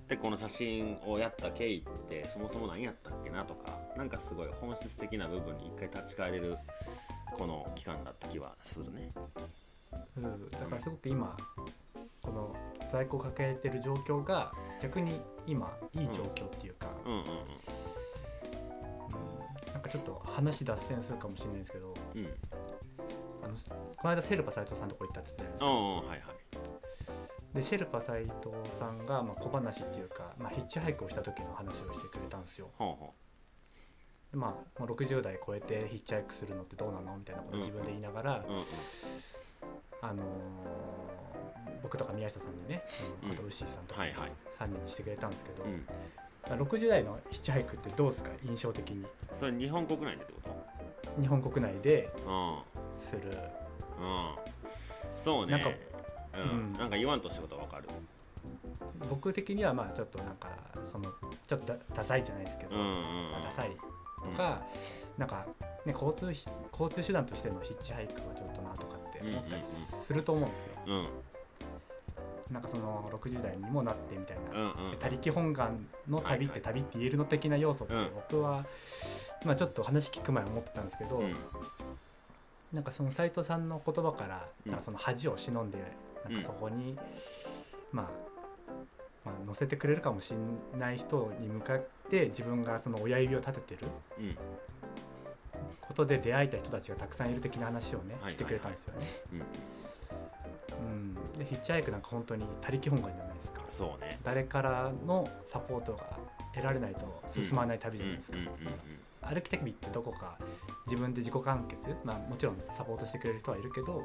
でこの写真をやった経緯ってそもそも何やったっけなとか、なんかすごい本質的な部分に一回立ち返れるこの期間だった気はするね、 うん、だからすごく今この在庫を抱えてる状況が逆に今いい状況っていうか、うんうんうんうん、なんかちょっと話脱線するかもしれないんですけど、うん、あのこの間シェルパ斉藤さんのとこ行ったって言ったじゃないですか、はいはい、でシェルパ斉藤さんがまあ小話っていうか、まあ、ヒッチハイクをした時の話をしてくれたんですよ、ほうほうでまあ、もうろくじゅう代超えてヒッチハイクするのってどうなのみたいなことを自分で言いながら、うんうんうん、あのー僕とか宮下さんにね、あとウッシーさんとかさんにんにしてくれたんですけど、うん、ろくじゅう代のヒッチハイクってどうですか印象的に。 それ日本国内でってこと？ 日本国内でする、うんうん、 そうねなんか、うんうん、なんか言わんとしたことは分かる。 僕的にはまあちょっとなんかそのちょっとダサいじゃないですけど、うんうんうん、ダサいとか、うん、なんかね交通交通手段としてのヒッチハイクはちょっとなとかって思ったりすると思うんですよ、うんうんうん、なんかそのろくじゅう代にもなってみたいな、うんうん、他力本願の旅って旅って言えるの的な要素って僕は、うん、まあちょっと話聞く前は思ってたんですけど、うん、なんかその斉藤さんの言葉から、うん、なんかその恥を忍んでなんかそこに、うん、まあまあ、乗せてくれるかもしれない人に向かって自分がその親指を立ててることで出会えた人たちがたくさんいる的な話をね、はい、してくれたんですよね。うん、でヒッチハイクなんか本当に他力本願じゃないですか。 そうね、 誰からのサポートが得られないと進まない旅じゃないですか。歩き旅ってどこか自分で自己完結、まあ、もちろんサポートしてくれる人はいるけど、うん、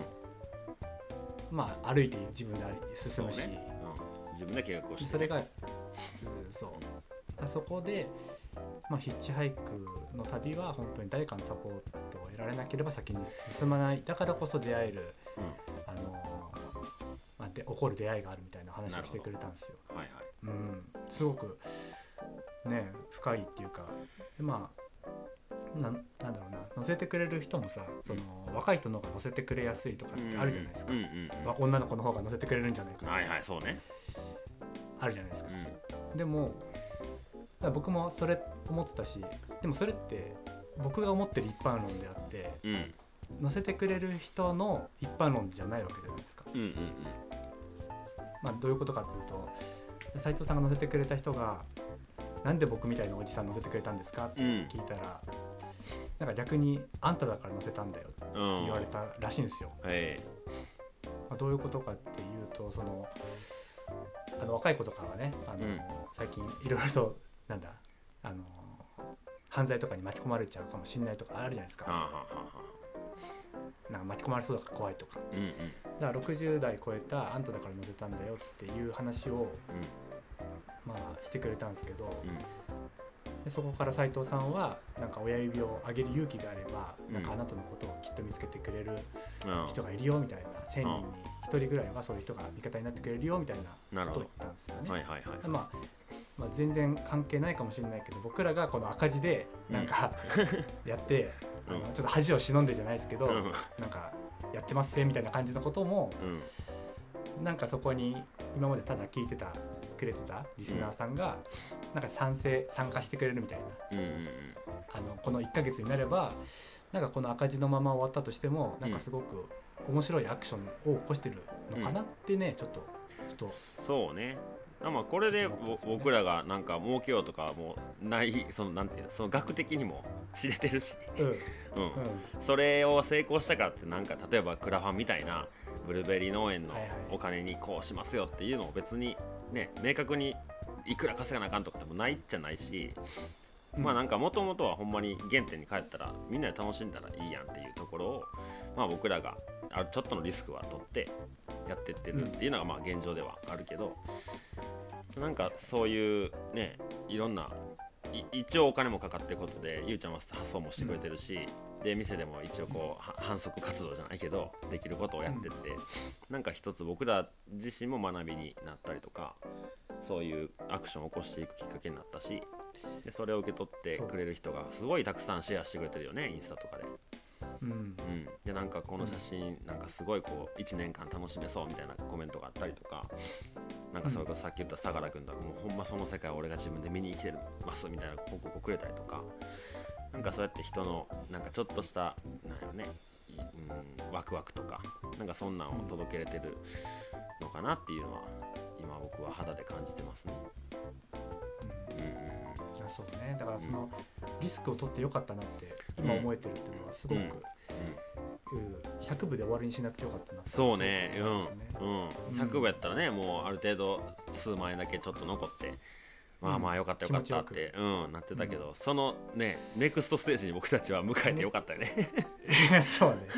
まあ歩いて自分で進むし、そうね、 うん、自分で計画をして、 それが、うん、そうだそこで、まあ、ヒッチハイクの旅は本当に誰かのサポートを得られなければ先に進まない、だからこそ出会える、うん、あのまあ、で起こる出会いがあるみたいな話をしてくれたんですよ。はいはい、うん、すごくね深いっていうか、でまあな, なんだろうな乗せてくれる人もさ、その、うん、若い人の方が乗せてくれやすいとかってあるじゃないですか、うんうんうん、女の子の方が乗せてくれるんじゃないかな、 はいはい、そうね、 あるじゃないですか、うん、でも僕もそれ思ってたし、でもそれって僕が思ってる一般論であって、うん、乗せてくれる人の一般論じゃないわけじゃないですか、うんうんうん、まあ、どういうことかっていうと、斉藤さんが乗せてくれた人がなんで僕みたいなおじさん乗せてくれたんですかって聞いたら、うん、なんか逆にあんただから乗せたんだよって言われたらしいんですよ、うん、まあ、どういうことかっていうと、そのあの若い子とかはね、あの、うん、最近いろいろとなんだあの犯罪とかに巻き込まれちゃうかもしれないとかあるじゃないですか、はははなんか巻き込まれそうだから怖いとか、うんうん、だからろくじゅう代超えたあんただから乗せたんだよっていう話を、うん、まあ、してくれたんですけど、うん、でそこから斉藤さんはなんか親指を上げる勇気があれば、うん、なんかあなたのことをきっと見つけてくれる人がいるよみたいな、せんにんにひとりぐらいはそういう人が味方になってくれるよみたいなことを言ったんですよね。はいはいはい、まあまあ、全然関係ないかもしれないけど、僕らがこの赤字でなんか、うん、やって、うん、あのちょっと恥を忍んでじゃないですけど、うん、なんかやってますみたいな感じのことも、うん、なんかそこに今までただ聞いてたくれてたリスナーさんが、うん、なんか賛成参加してくれるみたいな、うんうんうん、あのこのいっかげつになればなんかこの赤字のまま終わったとしてもなんかすごく面白いアクションを起こしてるのかなってね、うん、ちょっとちょっとそうね、まあ、これで僕らがなんか儲けようとかもないそのなんていうのその額的にも知れてるし、うんうんうん、それを成功したからってなんか例えばクラファンみたいなブルーベリー農園のお金にこうしますよっていうのを別にね明確にいくら稼がなあかんとかでもないっちゃないし、うん、まあなんかもともとはほんまに原点に帰ったらみんなで楽しんだらいいやんっていうところをまあ僕らがあるちょっとのリスクは取ってやってってるっていうのがまあ現状ではあるけど、なんかそういうねいろんな一応お金もかかってることでゆうちゃんは発送もしてくれてるし、うん、で店でも一応こう反則活動じゃないけどできることをやってって、うん、なんか一つ僕ら自身も学びになったりとかそういうアクションを起こしていくきっかけになったし、でそれを受け取ってくれる人がすごいたくさんシェアしてくれてるよねインスタとかで。うんうん、でなんかこの写真なんかすごいこういちねんかん楽しめそうみたいなコメントがあったりとか、なんかそれこそさっき言った相良君とかもうほんまその世界を俺が自分で見に来てますみたいな報告をくれたりとか、なんかそうやって人のなんかちょっとしたなんやろね、うん、ワクワクとかなんかそんなんを届けれてるのかなっていうのは今僕は肌で感じてますね。 うんうんうん、そうね、だからそのリスクを取ってよかったなって今思えてるっていうのはすごく、うんうんひゃくぶで終わりにしなくてよかったなって。 そうね、うんうん、ひゃくぶやったらねもうある程度数万円だけちょっと残って、まあまあよかったよかったって、うん、なってたけど、うん、そのねネクストステージに僕たちは迎えてよかったよね。 そうね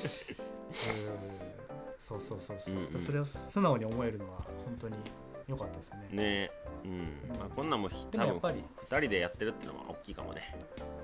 そうそうそうそう、うんうん、それを素直に思えるのは本当に良かったですね。 ね、うん、うん、まあ、こんなんも多分ふたりでやってるっていうのは大きいかもね。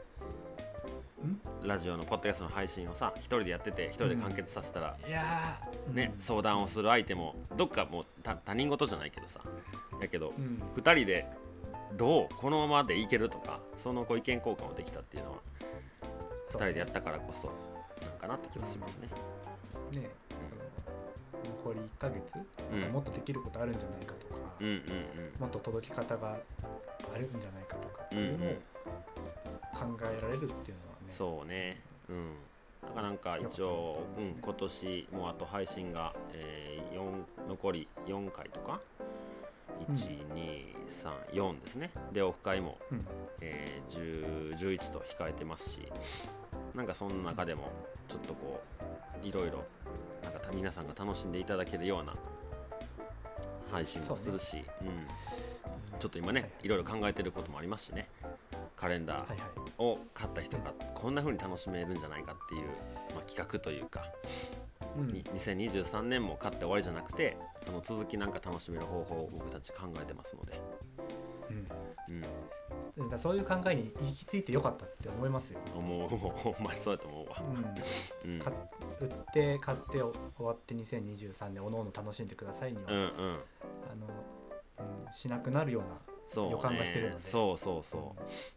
ラジオのポッドキャストの配信をさ一人でやってて一人で完結させたら、うん、いやね、うん、相談をする相手もどっかもう他人事じゃないけどさだけど、うん、ふたりでどうこのままでいけるとかそのこう意見交換をできたっていうのはふたりでやったからこそなんかなって気がしますね。 ね、うん、残りいっかげつ、うん、もっとできることあるんじゃないかとか、うんうんうん、もっと届き方があるんじゃないかとかっていうのを考えられるっていうのはね、 そうね、うん、 だからなんか一応、うん、今年もうあと配信が、えー、よん残りよんかいとかいち、に、さん、よんですね。でオフ会も、うんえー、じゅう、じゅういちと控えてますし、なんかその中でもちょっとこういろいろなんか皆さんが楽しんでいただけるような配信もするし、ねうん、ちょっと今ね、はいはい、いろいろ考えてることもありますしね。カレンダーを買った人がこんな風に楽しめるんじゃないかっていう、まあ、企画というか、うん、にせんにじゅうさんねんも買って終わりじゃなくてその続きなんか楽しめる方法を僕たち考えてますので、 うんうん、だそういう考えに行き着いてよかったって思いますよ。 もうほんまにそうやと思うわ、 うんうん、売って買って終わってにせんにじゅうさんねんおのおの楽しんでくださいには、うんうん、あのうん、しなくなるような予感がしてるので、 そうそうそう、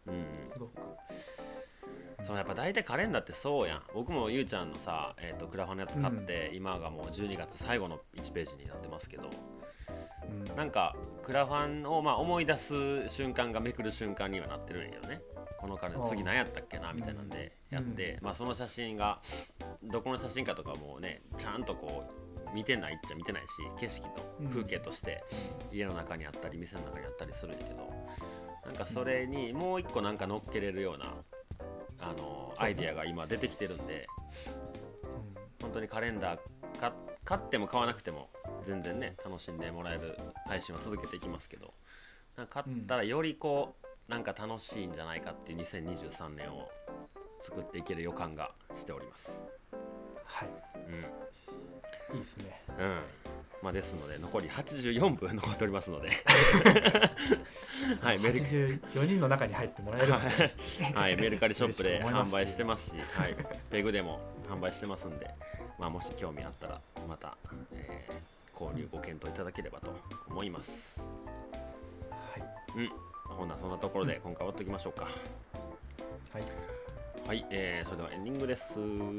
うん、すごくそうやっぱ大体カレンダーってそうやん。僕もゆうちゃんのさ、えーと、クラファンのやつ買って、うん、今がもうじゅうにがつ最後のいちページになってますけど、うん、なんかクラファンをまあ思い出す瞬間がめくる瞬間にはなってるんやけどね。このカレンダー次何やったっけなみたいなんでやって、うん、まあその写真がどこの写真かとかもねちゃんとこう見てないっちゃ見てないし、景色の風景として家の中にあったり店の中にあったりするんだけど、なんかそれにもう一個なんか乗っけれるようなあのアイディアが今出てきてるんで、本当にカレンダーか買っても買わなくても全然ね楽しんでもらえる配信は続けていきますけど、なんか買ったらよりこうなんか楽しいんじゃないかっていうにせんにじゅうさんねんを作っていける予感がしております。 はい、うん、いいですね。 うん。まあ、ですので残りはちじゅうよんぷん残っておりますのではい、はちじゅうよにんの中に入ってもらえるのではい、メルカリショップで販売してますし、はい、ペグでも販売してますんで、まあ、もし興味あったらまた、えー、購入ご検討いただければと思います。 はい、 うん、ほんなそんなところで今回終わっておきましょうか。 はい、 はい、えー、それではエンディングです。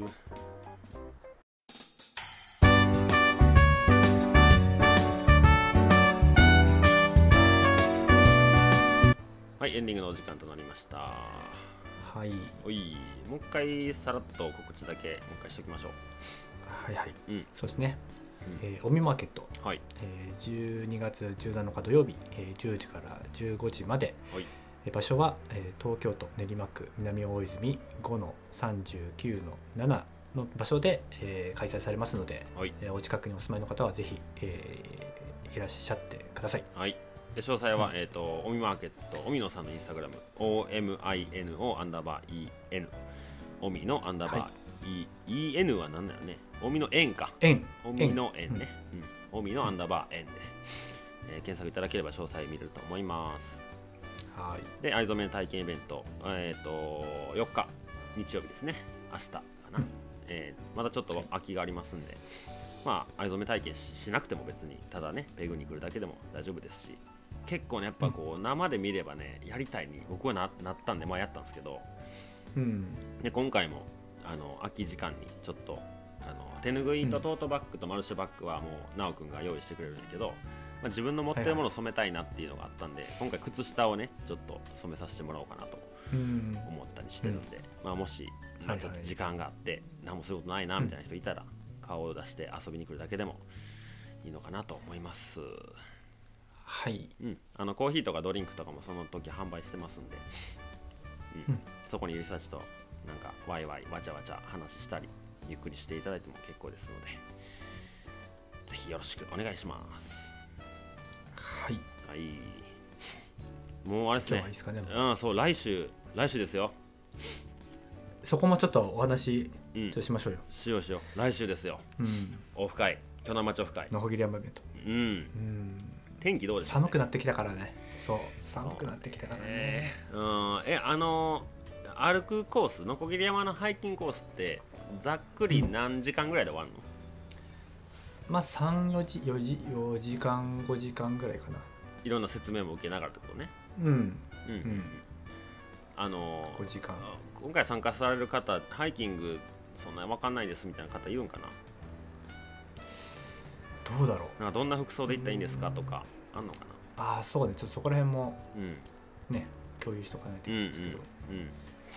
はい、エンディングのお時間となりました。 はい。 おい、もう一回さらっと告知だけもう一回しておきましょう。 はいはい。うん、そうですね。 うん、 えー、オミマーケット、 はいえー、じゅうにがつじゅうなのか土曜日、えー、じゅうじからじゅうごじまで、 はい、 えー、場所は、えー、東京都練馬区南大泉 ごのさんじゅうきゅうのなな の場所で、えー、開催されますので、 はい、 えー、お近くにお住まいの方はぜひ、えー、いらっしゃってください。 はい。で詳細は、うん、えっ、ー、とオミマーケットオミノさんのインスタグラム オーエムアイエヌオー アンダーバー イーエヌ オミのアンダーバー、はい、イーエヌ は何だよね。オミの円か。 円。 オミの円ね。うん。オミのアンダーバー円で、えー、検索いただければ詳細見れると思います。 はい。 で藍染め体験イベント、えっ、ー、とよっか日曜日ですね。明日かな。うん、えー、まだちょっと空きがありますんで、まあ藍染め体験 し, しなくても別にただねペグに来るだけでも大丈夫ですし。結構ねやっぱこう生で見ればねやりたいに僕は な, なったんでまあやったんですけど、 うん、 で今回もあの空き時間にちょっとあの手ぬぐいとトートバッグとマルシュバッグはもうなおくんが用意してくれるんだけど、まあ、自分の持ってるものを染めたいなっていうのがあったんで、はいはい、今回靴下をねちょっと染めさせてもらおうかなと思ったりしてるんで、うんまあ、もし、まあ、ちょっと時間があって何もすることないなみたいな人いたら、うん、顔を出して遊びに来るだけでもいいのかなと思います。 はい、 うん、あのコーヒーとかドリンクとかもその時販売してますんで、うんうん、そこにいる人たちとなんかワイワイわちゃわちゃ話したりゆっくりしていただいても結構ですのでぜひよろしくお願いします。 はい、 はい、もうあれですね。 今日はいいですかね。 うん、そう来週来週ですよ。 そこもちょっとお話ちょっとしましょうよ、 うん、しようしよう。来週ですよ、 うん、 オフ会巨南町オフ会のほぎり山イベント、 うん、うん、天気どうですか、 ね、寒くなってきたからね。そう寒くなってきたからね。 うん、えあの歩くコースのこぎり山のハイキングコースってざっくり何時間ぐらいで終わるの？ うん、まあさん、よじ、よじ、よじかん、ごじかんぐらいかな。 いろんな説明も受けながらってことね。 うん、うん、うん、 あのごじかん。 今回参加される方ハイキングそんな分かんないですみたいな方いるんかな。 どうだろう。 なんかどんな服装で行ったらいいんですかとかあんのかな。 ああそうね、ちょっとそこら辺もうんね共有しとかないといけないんですけど、 うんうんうん、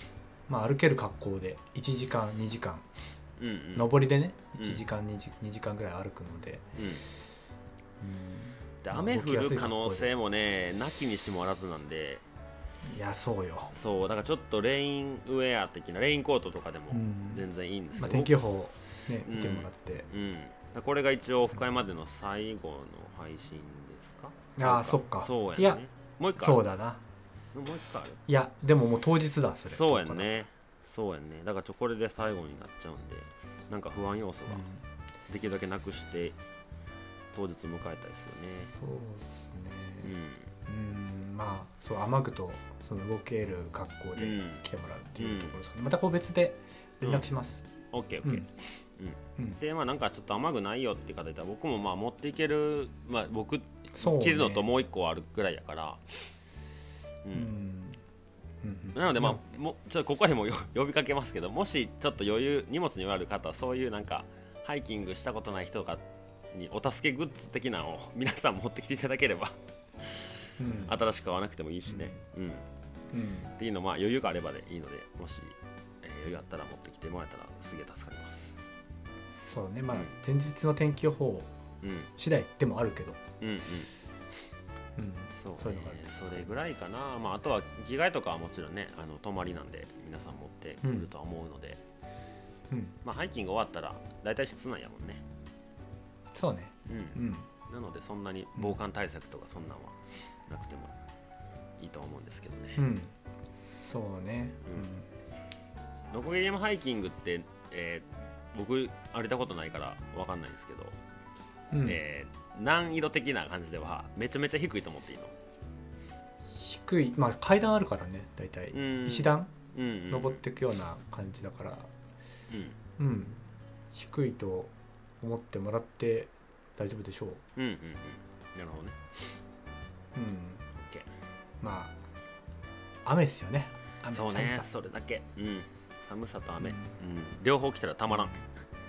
まあ、歩ける格好でいちじかんにじかん、 うんうん、 上りでねいちじかん 2, 時2時間ぐらい歩くので、 うんうん、で雨降る可能性もねなきにしもあらずなんで、 いやそうよ、 そうだからちょっとレインウェア的なレインコートとかでも全然いいんですけど、 まあ、天気予報ね見てもらって、 うんうん、これが一応オフ会までの最後の配信ですか。 ああそっか、 そうやね、 いやもう一回そうだな、 もう一回ある、 いやでももう当日だそれ、 そうやんねそうやんね、だからちょこれで最後になっちゃうんで、なんか不安要素ができるだけなくして当日迎えたいですよね。 そうですね、うん、うん、まあそう雨具とその動ける格好で来てもらうっていうところですかね、うん、またこう別で連絡します。 オッケーオッケー。でまあなんかちょっと雨具ないよって方いたら僕もまあ持っていける、まあ僕着るのともう一個あるぐらいやから、うん、うん、なのでまあもちょっとここでも呼びかけますけど、もしちょっと余裕荷物に余裕ある方はそういうなんかハイキングしたことない人とかにお助けグッズ的なのを皆さん持ってきていただければ、うん、新しく買わなくてもいいしね、うん、うん、っていうのまあ余裕があればでいいので、もし、えー、余裕あったら持ってきてもらえたらすげえ助かります。 そうね、まあ、うん、前日の天気予報次第でもあるけど、 うんうん、うん、そう、そういうのがある、それぐらいかな。まああとは着替えとかはもちろんね、あの泊まりなんで皆さん持ってくるとは思うので、うん、まあハイキング終わったらだいたい室内やもんね。 そうね、 うん、うん、なのでそんなに防寒対策とかそんなんはなくてもいいと思うんですけどね、 うん、そうね、 うん、ノコギリ山ハイキングって、えー、僕歩いたことないから分かんないんですけど、うん、えー、難易度的な感じではめちゃめちゃ低いと思っていいの？ 低い、まあ階段あるからね、だいたい石段、 うんうん、 登っていくような感じだから、うん、うん、低いと思ってもらって大丈夫でしょう。 うんうんうん、なるほどね。 うん、 OK。 まあ雨っすよね。 雨、そうね、それだけ、うん、寒さと雨、うんうん、両方来たらたまらん、うん、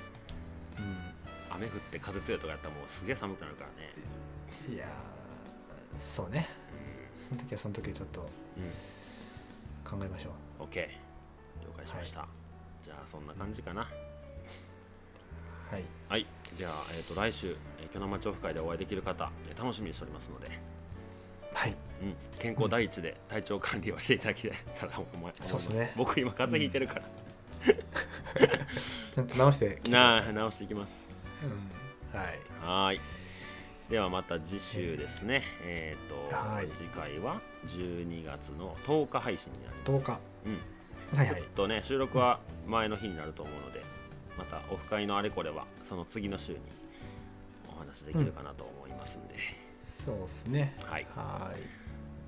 雨降って風強いとかやったらもうすげえ寒くなるからね。 いやそうね、うん、その時はその時でちょっと考えましょう。 OK、 了解しました、はい、じゃあそんな感じかな。 はい、 はい、じゃあ、えー、と来週鋸南町オフ会でお会いできる方楽しみにしておりますので、 はい、 うん、健康第一で体調管理をしていただけたらと思います。 そうですね、 僕今風邪ひいてるから、 うん、ちゃんと直してきな直していきます、 うん、はい、 はい、ではまた次週ですね、えー、と、はい、次回はじゅうにがつのとおか配信になります。 とおか、 うん、はいはい、ちょっとね収録は前の日になると思うので、またオフ会のあれこれはその次の週にお話できるかなと思いますんで、 うん、そうですね、 はい、 はい、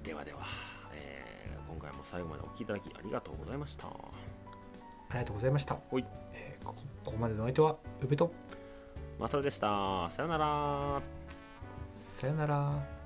ではでは、えー、今回も最後までお聞きいただきありがとうございました。ありがとうございました。 ほい、 えー、こ, ここまでの相手は宇部とマサルでした。さよなら。 さよなら。